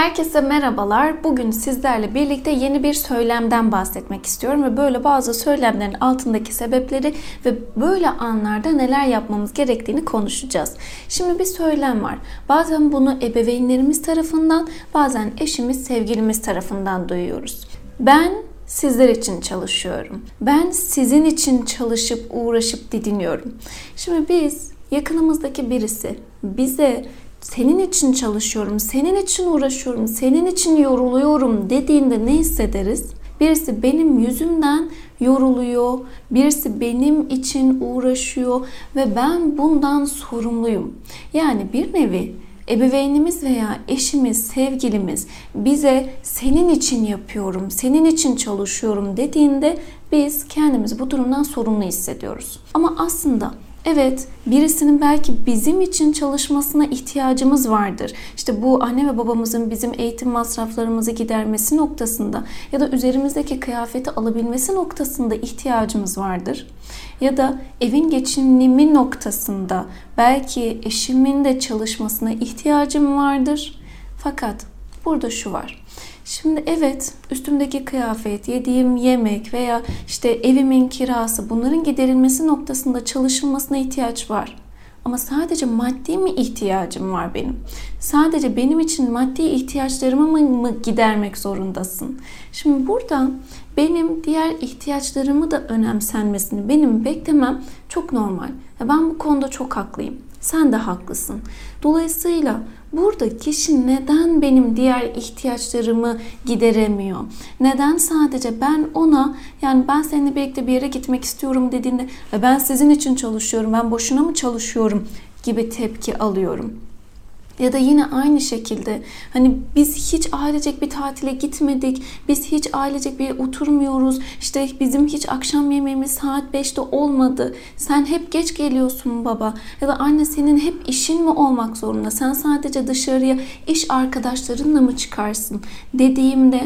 Herkese merhabalar. Bugün sizlerle birlikte yeni bir söylemden bahsetmek istiyorum ve böyle bazı söylemlerin altındaki sebepleri ve böyle anlarda neler yapmamız gerektiğini konuşacağız. Şimdi bir söylem var. Bazen bunu ebeveynlerimiz tarafından, bazen eşimiz, sevgilimiz tarafından duyuyoruz. Ben sizler için çalışıyorum. Ben sizin için çalışıp uğraşıp didiniyorum. Şimdi biz yakınımızdaki birisi bize senin için çalışıyorum, senin için uğraşıyorum, senin için yoruluyorum dediğinde ne hissederiz? Birisi benim yüzümden yoruluyor, birisi benim için uğraşıyor ve ben bundan sorumluyum. Yani bir nevi ebeveynimiz veya eşimiz, sevgilimiz bize senin için yapıyorum, senin için çalışıyorum dediğinde biz kendimizi bu durumdan sorumlu hissediyoruz. Ama aslında evet, birisinin belki bizim için çalışmasına ihtiyacımız vardır. İşte bu anne ve babamızın bizim eğitim masraflarımızı gidermesi noktasında ya da üzerimizdeki kıyafeti alabilmesi noktasında ihtiyacımız vardır. Ya da evin geçinimi noktasında belki eşimin de çalışmasına ihtiyacım vardır. Fakat burada şu var. Şimdi evet, üstümdeki kıyafet, yediğim yemek veya işte evimin kirası, bunların giderilmesi noktasında çalışılmasına ihtiyaç var. Ama sadece maddi mi ihtiyacım var benim? Sadece benim için maddi ihtiyaçlarımı mı gidermek zorundasın? Şimdi burada benim diğer ihtiyaçlarımı da önemsenmesini benim beklemem çok normal. Ben bu konuda çok haklıyım. Sen de haklısın. Dolayısıyla burada kişi neden benim diğer ihtiyaçlarımı gideremiyor? Neden sadece ben ona, yani ben seninle birlikte bir yere gitmek istiyorum dediğinde ben sizin için çalışıyorum, ben boşuna mı çalışıyorum gibi tepki alıyorum? Ya da yine aynı şekilde hani biz hiç ailecek bir tatile gitmedik, biz hiç ailecek bir oturmuyoruz, işte bizim hiç akşam yemeğimiz saat 5'te olmadı, sen hep geç geliyorsun baba, ya da anne senin hep işin mi olmak zorunda, sen sadece dışarıya iş arkadaşlarınla mı çıkarsın dediğimde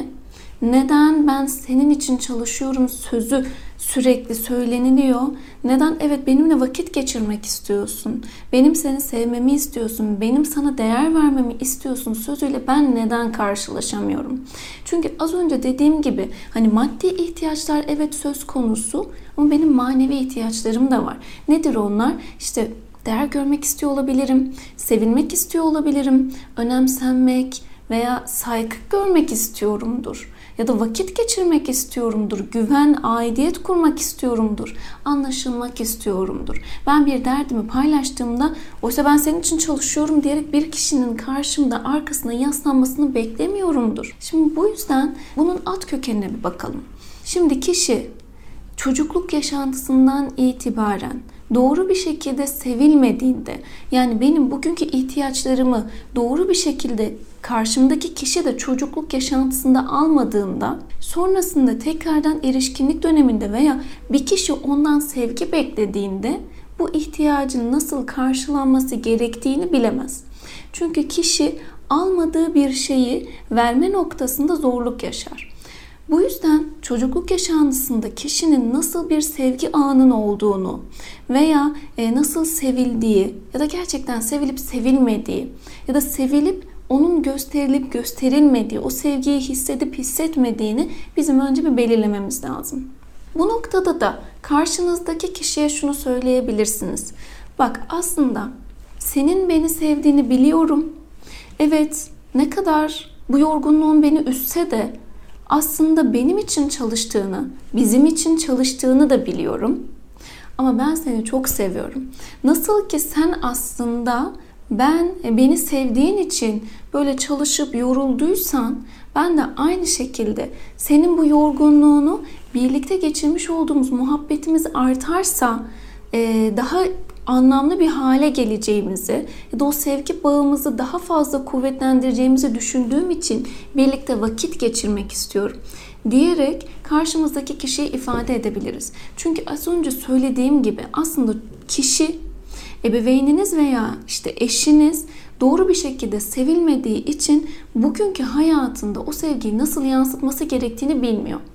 neden ben senin için çalışıyorum sözü sürekli söyleniliyor? Neden evet benimle vakit geçirmek istiyorsun? Benim seni sevmemi istiyorsun. Benim sana değer vermemi istiyorsun sözüyle ben neden karşılaşamıyorum? Çünkü az önce dediğim gibi hani maddi ihtiyaçlar evet söz konusu ama benim manevi ihtiyaçlarım da var. Nedir onlar? İşte değer görmek istiyor olabilirim, sevilmek istiyor olabilirim, önemsenmek veya saygı görmek istiyorumdur. Ya da vakit geçirmek istiyorumdur, güven, aidiyet kurmak istiyorumdur, anlaşılmak istiyorumdur. Ben bir derdimi paylaştığımda, oysa ben senin için çalışıyorum diyerek bir kişinin karşımda arkasına yaslanmasını beklemiyorumdur. Şimdi bu yüzden bunun alt kökenine bir bakalım. Şimdi kişi çocukluk yaşantısından itibaren doğru bir şekilde sevilmediğinde, yani benim bugünkü ihtiyaçlarımı doğru bir şekilde karşımdaki kişi de çocukluk yaşantısında almadığında, sonrasında tekrardan erişkinlik döneminde veya bir kişi ondan sevgi beklediğinde bu ihtiyacın nasıl karşılanması gerektiğini bilemez. Çünkü kişi almadığı bir şeyi verme noktasında zorluk yaşar. Bu yüzden çocukluk yaşantısında kişinin nasıl bir sevgi ağının olduğunu veya nasıl sevildiği ya da gerçekten sevilip sevilmediği ya da sevilip onun gösterilip gösterilmediği, o sevgiyi hissedip hissetmediğini bizim önce bir belirlememiz lazım. Bu noktada da karşınızdaki kişiye şunu söyleyebilirsiniz. Bak aslında senin beni sevdiğini biliyorum. Evet, ne kadar bu yorgunluğun beni üzse de aslında benim için çalıştığını, bizim için çalıştığını da biliyorum. Ama ben seni çok seviyorum. Nasıl ki sen aslında beni sevdiğin için böyle çalışıp yorulduysan, ben de aynı şekilde senin bu yorgunluğunu birlikte geçirmiş olduğumuz muhabbetimiz artarsa daha anlamlı bir hale geleceğimizi ya da o sevgi bağımızı daha fazla kuvvetlendireceğimizi düşündüğüm için birlikte vakit geçirmek istiyorum diyerek karşımızdaki kişiyi ifade edebiliriz. Çünkü az önce söylediğim gibi aslında kişi, ebeveyniniz veya işte eşiniz doğru bir şekilde sevilmediği için bugünkü hayatında o sevgiyi nasıl yansıtması gerektiğini bilmiyor.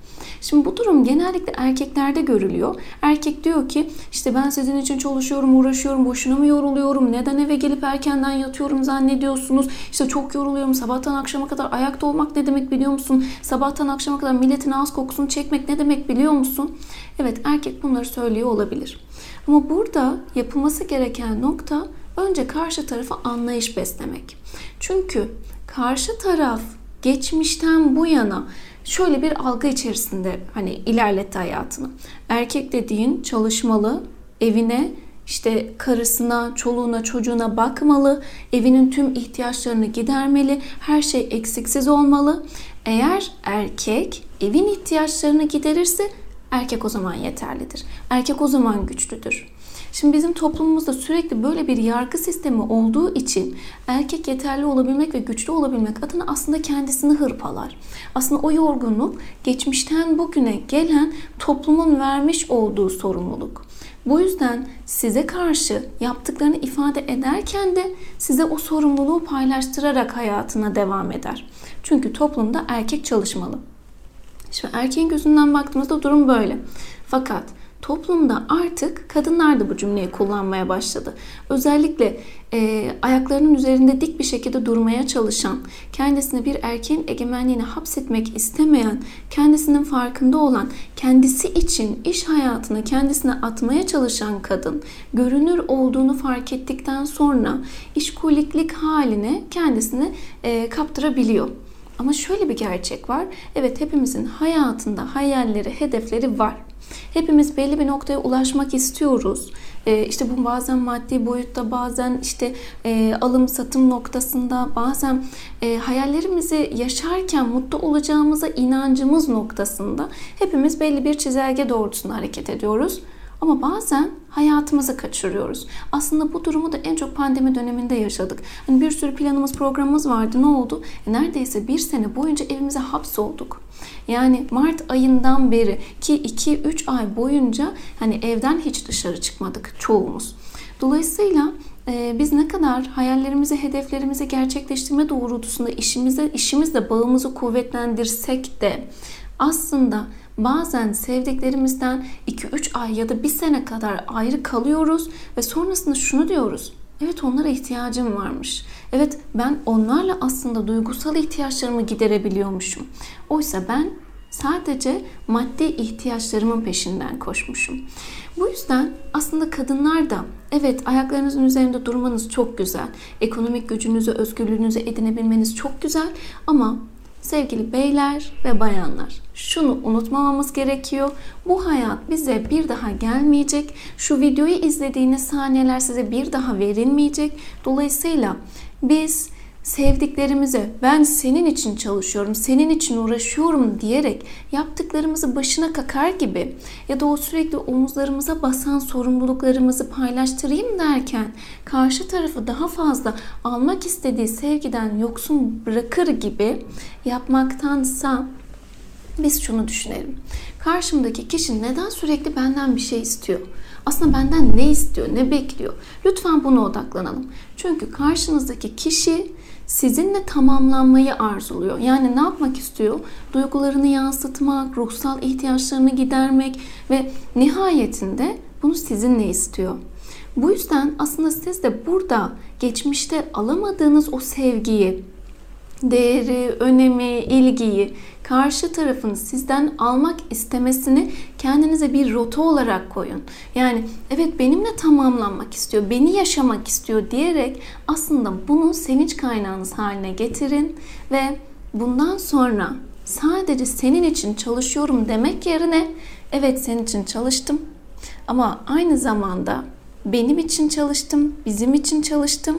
Şimdi bu durum genellikle erkeklerde görülüyor. Erkek diyor ki işte ben sizin için çalışıyorum, uğraşıyorum, boşuna mı yoruluyorum? Neden eve gelip erkenden yatıyorum zannediyorsunuz? İşte çok yoruluyorum. Sabahtan akşama kadar ayakta olmak ne demek biliyor musun? Sabahtan akşama kadar milletin ağız kokusunu çekmek ne demek biliyor musun? Evet, erkek bunları söylüyor olabilir. Ama burada yapılması gereken nokta önce karşı tarafa anlayış beslemek. Çünkü karşı taraf geçmişten bu yana şöyle bir algı içerisinde hani ilerletti hayatını. Erkek dediğin çalışmalı, evine, işte karısına, çoluğuna, çocuğuna bakmalı, evinin tüm ihtiyaçlarını gidermeli, her şey eksiksiz olmalı. Eğer erkek evin ihtiyaçlarını giderirse erkek o zaman yeterlidir. Erkek o zaman güçlüdür. Şimdi bizim toplumumuzda sürekli böyle bir yargı sistemi olduğu için erkek yeterli olabilmek ve güçlü olabilmek adına aslında kendisini hırpalar. Aslında o yorgunluk geçmişten bugüne gelen toplumun vermiş olduğu sorumluluk. Bu yüzden size karşı yaptıklarını ifade ederken de size o sorumluluğu paylaştırarak hayatına devam eder. Çünkü toplumda erkek çalışmalı. Şimdi erkeğin gözünden baktığımızda durum böyle. Fakat toplumda artık kadınlar da bu cümleyi kullanmaya başladı. Özellikle ayaklarının üzerinde dik bir şekilde durmaya çalışan, kendisini bir erkeğin egemenliğine hapsetmek istemeyen, kendisinin farkında olan, kendisi için iş hayatına kendisine atmaya çalışan kadın, görünür olduğunu fark ettikten sonra işkoliklik haline kendisini kaptırabiliyor. Ama şöyle bir gerçek var. Evet, hepimizin hayatında hayalleri, hedefleri var. Hepimiz belli bir noktaya ulaşmak istiyoruz. İşte bu bazen maddi boyutta, bazen işte alım satım noktasında, bazen hayallerimizi yaşarken mutlu olacağımıza inancımız noktasında hepimiz belli bir çizelge doğrultusunda hareket ediyoruz. Ama bazen hayatımızı kaçırıyoruz. Aslında bu durumu da en çok pandemi döneminde yaşadık. Hani bir sürü planımız, programımız vardı. Ne oldu? Neredeyse bir sene boyunca evimize hapsolduk. Yani Mart ayından beri ki 2-3 ay boyunca hani evden hiç dışarı çıkmadık çoğumuz. Dolayısıyla biz ne kadar hayallerimizi, hedeflerimizi gerçekleştirme doğrultusunda işimizle bağımızı kuvvetlendirsek de aslında bazen sevdiklerimizden 2-3 ay ya da bir sene kadar ayrı kalıyoruz ve sonrasında şunu diyoruz. Evet, onlara ihtiyacım varmış. Evet, ben onlarla aslında duygusal ihtiyaçlarımı giderebiliyormuşum. Oysa ben sadece maddi ihtiyaçlarımın peşinden koşmuşum. Bu yüzden aslında kadınlar da evet, ayaklarınızın üzerinde durmanız çok güzel. Ekonomik gücünüzü, özgürlüğünüzü edinebilmeniz çok güzel ama sevgili beyler ve bayanlar, şunu unutmamamız gerekiyor. Bu hayat bize bir daha gelmeyecek. Şu videoyu izlediğiniz saniyeler size bir daha verilmeyecek. Dolayısıyla biz sevdiklerimize ben senin için çalışıyorum, senin için uğraşıyorum diyerek yaptıklarımızı başına kakar gibi ya da o sürekli omuzlarımıza basan sorumluluklarımızı paylaştırayım derken karşı tarafı daha fazla almak istediği sevgiden yoksun bırakır gibi yapmaktansa biz şunu düşünelim. Karşımdaki kişi neden sürekli benden bir şey istiyor? Aslında benden ne istiyor, ne bekliyor? Lütfen buna odaklanalım. Çünkü karşınızdaki kişi sizinle tamamlanmayı arzuluyor. Yani ne yapmak istiyor? Duygularını yansıtmak, ruhsal ihtiyaçlarını gidermek ve nihayetinde bunu sizinle istiyor. Bu yüzden aslında siz de burada geçmişte alamadığınız o sevgiyi, değeri, önemi, ilgiyi karşı tarafın sizden almak istemesini kendinize bir rota olarak koyun. Yani evet, benimle tamamlanmak istiyor, beni yaşamak istiyor diyerek aslında bunu sevinç kaynağınız haline getirin ve bundan sonra sadece senin için çalışıyorum demek yerine evet, senin için çalıştım ama aynı zamanda benim için çalıştım, bizim için çalıştım.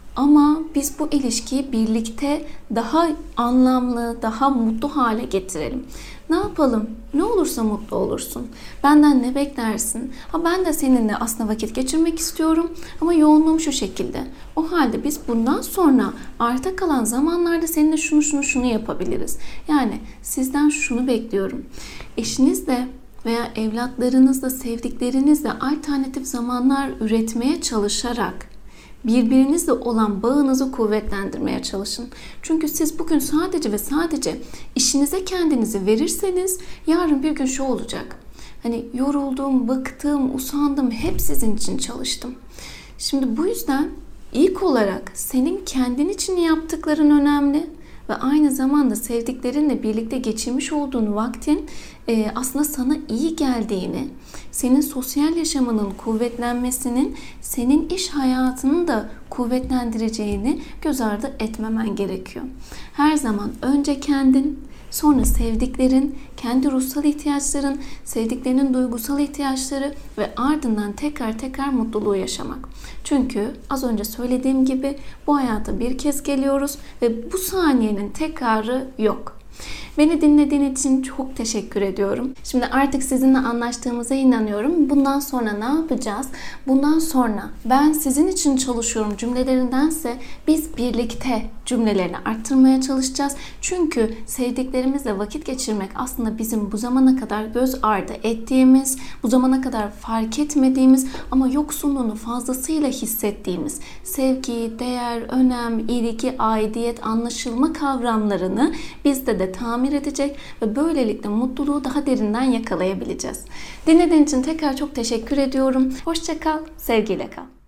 Ama biz bu ilişkiyi birlikte daha anlamlı, daha mutlu hale getirelim. Ne yapalım? Ne olursa mutlu olursun. Benden ne beklersin? Ben de seninle aslında vakit geçirmek istiyorum ama yoğunluğum şu şekilde. O halde biz bundan sonra arta kalan zamanlarda seninle şunu yapabiliriz. Yani sizden şunu bekliyorum. Eşinizle veya evlatlarınızla, sevdiklerinizle alternatif zamanlar üretmeye çalışarak birbirinizle olan bağınızı kuvvetlendirmeye çalışın. Çünkü siz bugün sadece ve sadece işinize kendinizi verirseniz yarın bir gün şu olacak. Hani yoruldum, bıktım, usandım, hep sizin için çalıştım. Şimdi bu yüzden ilk olarak senin kendin için yaptıkların önemli. Ve aynı zamanda sevdiklerinle birlikte geçirmiş olduğun vaktin aslında sana iyi geldiğini, senin sosyal yaşamının kuvvetlenmesinin, senin iş hayatını da kuvvetlendireceğini göz ardı etmemen gerekiyor. Her zaman önce kendin, sonra sevdiklerin, kendi ruhsal ihtiyaçların, sevdiklerinin duygusal ihtiyaçları ve ardından tekrar mutluluğu yaşamak. Çünkü az önce söylediğim gibi bu hayata bir kez geliyoruz ve bu saniyenin tekrarı yok. Beni dinlediğin için çok teşekkür ediyorum. Şimdi artık sizinle anlaştığımıza inanıyorum. Bundan sonra ne yapacağız? Bundan sonra ben sizin için çalışıyorum cümlelerindense biz birlikte cümlelerini arttırmaya çalışacağız. Çünkü sevdiklerimizle vakit geçirmek aslında bizim bu zamana kadar göz ardı ettiğimiz, bu zamana kadar fark etmediğimiz ama yoksunluğunu fazlasıyla hissettiğimiz sevgi, değer, önem, ilgi, aidiyet, anlaşılma kavramlarını bizde de tamir edecek ve böylelikle mutluluğu daha derinden yakalayabileceğiz. Dinlediğin için tekrar çok teşekkür ediyorum. Hoşça kal, sevgiyle kal.